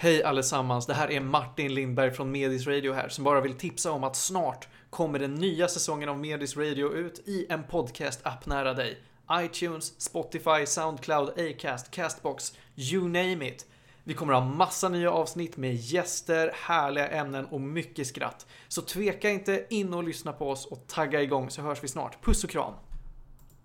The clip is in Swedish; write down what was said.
Hej allesammans, det här är Martin Lindberg från Medis Radio här som bara vill tipsa om att snart kommer den nya säsongen av Medis Radio ut i en podcast-app nära dig. iTunes, Spotify, Soundcloud, Acast, Castbox, you name it. Vi kommer ha massa nya avsnitt med gäster, härliga ämnen och mycket skratt. Så tveka inte in och lyssna på oss och tagga igång så hörs vi snart. Puss och kram!